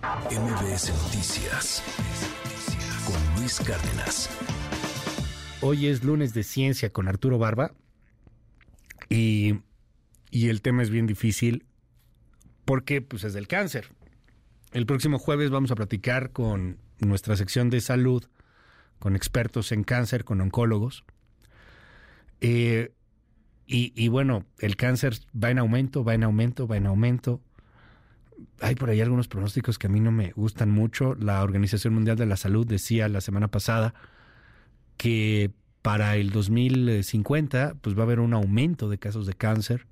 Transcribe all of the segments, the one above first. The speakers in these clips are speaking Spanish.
MBS Noticias con Luis Cárdenas. Hoy es lunes de ciencia con Arturo Barba y el tema es bien difícil porque pues es del cáncer. El próximo jueves vamos a platicar con nuestra sección de salud, con expertos en cáncer, con oncólogos. Y bueno, el cáncer va en aumento, va en aumento, va en aumento. Hay por ahí algunos pronósticos que a mí no me gustan mucho. La Organización Mundial de la Salud decía la semana pasada que para el 2050 pues va a haber un aumento de casos de cáncer.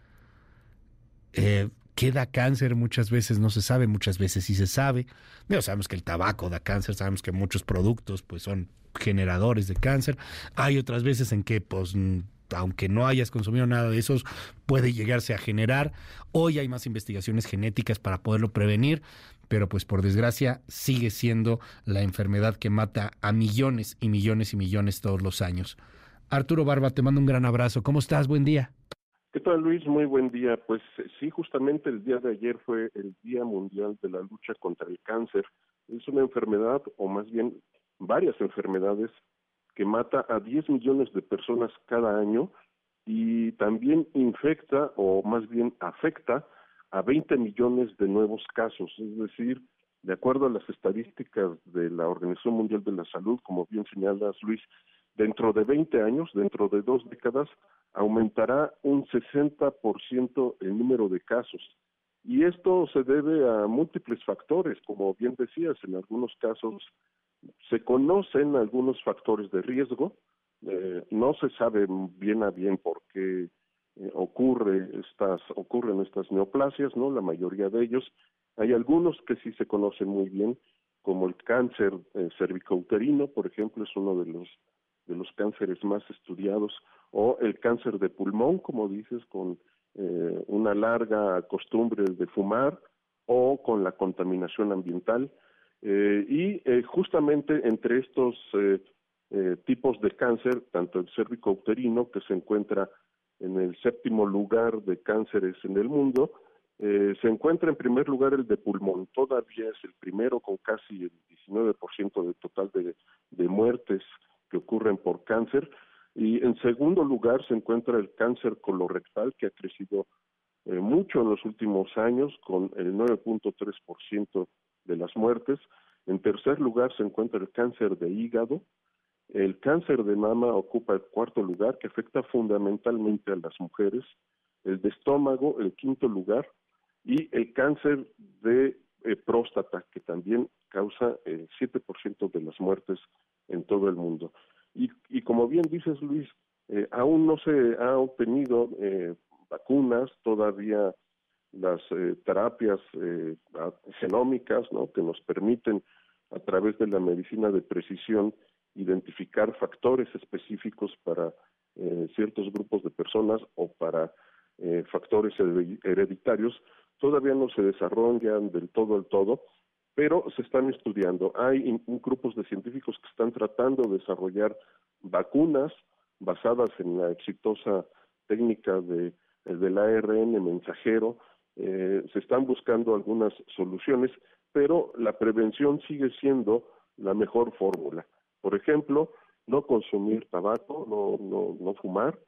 ¿Qué da cáncer? Muchas veces no se sabe, muchas veces sí se sabe. Sabemos que el tabaco da cáncer, sabemos que muchos productos pues son generadores de cáncer. Hay otras veces en que pues aunque no hayas consumido nada de esos, puede llegarse a generar. Hoy hay más investigaciones genéticas para poderlo prevenir, pero pues por desgracia sigue siendo la enfermedad que mata a millones y millones y millones todos los años. Arturo Barba, te mando un gran abrazo. ¿Cómo estás? Buen día. ¿Qué tal, Luis? Muy buen día. Pues sí, justamente el día de ayer fue el Día Mundial de la Lucha contra el Cáncer. Es una enfermedad, o más bien varias enfermedades, que mata a 10 millones de personas cada año y también infecta, o más bien afecta, a 20 millones de nuevos casos. Es decir, de acuerdo a las estadísticas de la Organización Mundial de la Salud, como bien señalas, Luis, dentro de 20 años, dentro de 2 décadas, aumentará un 60% el número de casos. Y esto se debe a múltiples factores, como bien decías, en algunos casos se conocen algunos factores de riesgo, no se sabe bien a bien por qué ocurren estas neoplasias, ¿no? La mayoría de ellos. Hay algunos que sí se conocen muy bien, como el cáncer cervicouterino, por ejemplo, es uno de los cánceres más estudiados, o el cáncer de pulmón, como dices, con una larga costumbre de fumar o con la contaminación ambiental. Justamente entre estos tipos de cáncer, tanto el cervicouterino, que se encuentra en el 7º lugar de cánceres en el mundo, se encuentra en primer lugar el de pulmón, todavía es el primero con casi el 19% del total de muertes que ocurren por cáncer, y en segundo lugar se encuentra el cáncer colorectal, que ha crecido mucho en los últimos años, con el 9.3% de las muertes. En tercer lugar se encuentra el cáncer de hígado. El cáncer de mama ocupa el 4º lugar, que afecta fundamentalmente a las mujeres. El de estómago, el 5º lugar, y el cáncer de próstata, que también causa el 7% de las muertes en todo el mundo. Y como bien dices, Luis, aún no se ha obtenido vacunas, todavía las terapias genómicas, ¿no?, que nos permiten a través de la medicina de precisión identificar factores específicos para ciertos grupos de personas o para factores hereditarios, todavía no se desarrollan del todo, pero se están estudiando. Hay grupos de científicos que están tratando de desarrollar vacunas basadas en la exitosa técnica del ARN mensajero. Se están buscando algunas soluciones, pero la prevención sigue siendo la mejor fórmula. Por ejemplo, no consumir tabaco, no fumar,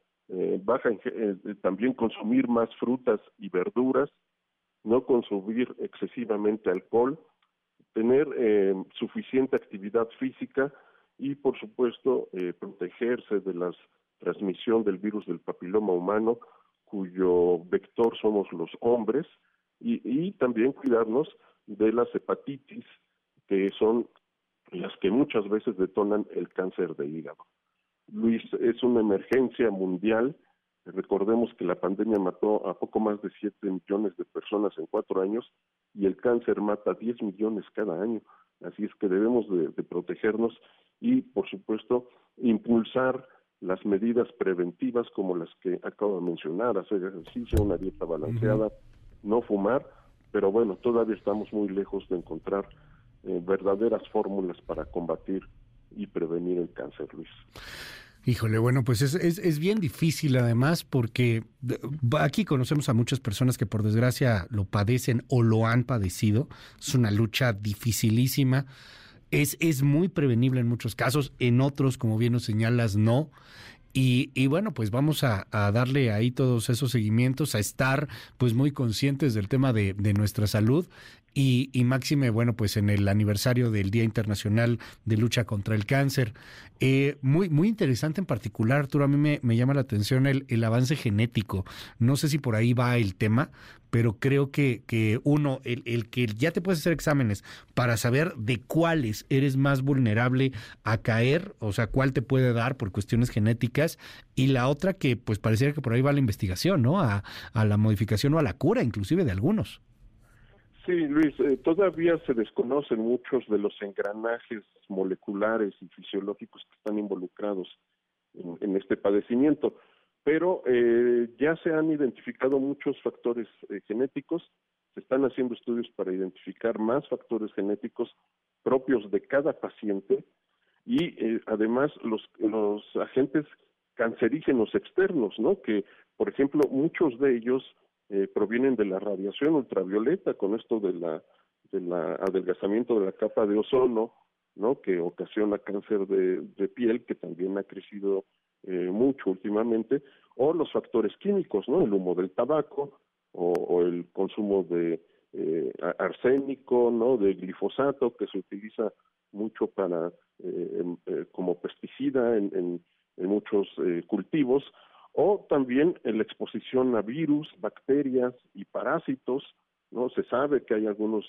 también consumir más frutas y verduras, no consumir excesivamente alcohol, tener suficiente actividad física y, por supuesto, protegerse de la transmisión del virus del papiloma humano, cuyo vector somos los hombres, y también cuidarnos de las hepatitis, que son las que muchas veces detonan el cáncer de hígado. Luis, es una emergencia mundial. Recordemos que la pandemia mató a poco más de 7 millones de personas en 4 años y el cáncer mata a 10 millones cada año. Así es que debemos de protegernos y, por supuesto, impulsar las medidas preventivas como las que acabo de mencionar, hacer ejercicio, una dieta balanceada, no fumar, pero bueno, todavía estamos muy lejos de encontrar verdaderas fórmulas para combatir y prevenir el cáncer, Luis. Híjole, bueno, pues es bien difícil además porque aquí conocemos a muchas personas que por desgracia lo padecen o lo han padecido. Es una lucha dificilísima. Es muy prevenible en muchos casos, en otros, como bien nos señalas, no. Y bueno, pues vamos a darle ahí todos esos seguimientos, a estar pues muy conscientes del tema de nuestra salud y máxime, bueno, pues en el aniversario del Día Internacional de Lucha contra el Cáncer. Muy interesante en particular, Arturo, a mí me llama la atención el avance genético. No sé si por ahí va el tema, pero creo que uno, el que ya te puedes hacer exámenes para saber de cuáles eres más vulnerable a caer, o sea, cuál te puede dar por cuestiones genéticas, y la otra que pues pareciera que por ahí va la investigación, ¿no? A la modificación o a la cura inclusive de algunos. Sí, Luis, todavía se desconocen muchos de los engranajes moleculares y fisiológicos que están involucrados en este padecimiento, pero ya se han identificado muchos factores genéticos, se están haciendo estudios para identificar más factores genéticos propios de cada paciente y además los agentes cancerígenos externos, ¿no? Que, por ejemplo, muchos de ellos provienen de la radiación ultravioleta, con esto de la adelgazamiento de la capa de ozono, ¿no? Que ocasiona cáncer de piel, que también ha crecido mucho últimamente, o los factores químicos, ¿no? El humo del tabaco o el consumo de arsénico, ¿no? De glifosato, que se utiliza mucho para como pesticida en muchos cultivos, o también la exposición a virus, bacterias y parásitos, ¿no? Se sabe que hay algunos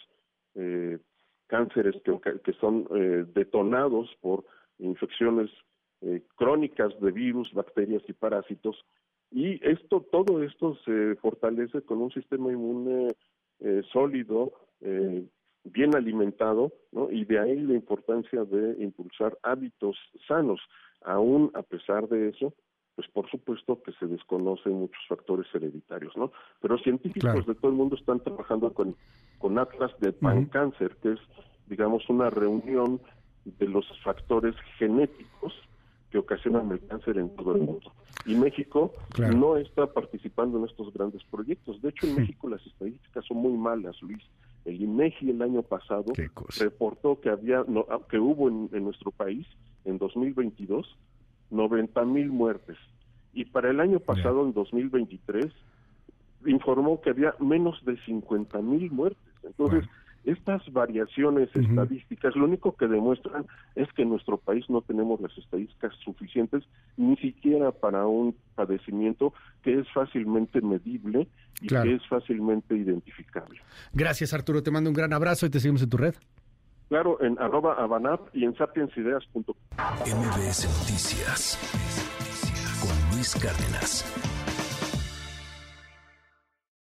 cánceres que son detonados por infecciones crónicas de virus, bacterias y parásitos, y todo esto se fortalece con un sistema inmune sólido, bien alimentado, ¿no? Y de ahí la importancia de impulsar hábitos sanos. Aún a pesar de eso, pues por supuesto que se desconocen muchos factores hereditarios, ¿no? Pero científicos de todo el mundo están trabajando con Atlas de Pancáncer, que es, digamos, una reunión de los factores genéticos que ocasionan el cáncer en todo el mundo. Y México no está participando en estos grandes proyectos. De hecho, en México las estadísticas son muy malas, Luis. El INEGI el año pasado reportó que hubo en nuestro país, en 2022, 90,000 muertes. Y para el año pasado, en 2023, informó que había menos de 50,000 muertes. Entonces, estas variaciones estadísticas lo único que demuestran es que en nuestro país no tenemos las estadísticas suficientes ni siquiera para un padecimiento que es fácilmente medible y que es fácilmente identificable. Gracias, Arturo, te mando un gran abrazo y te seguimos en tu red. Claro, en @abanap y en sapiensideas.com. MBS Noticias con Luis Cárdenas.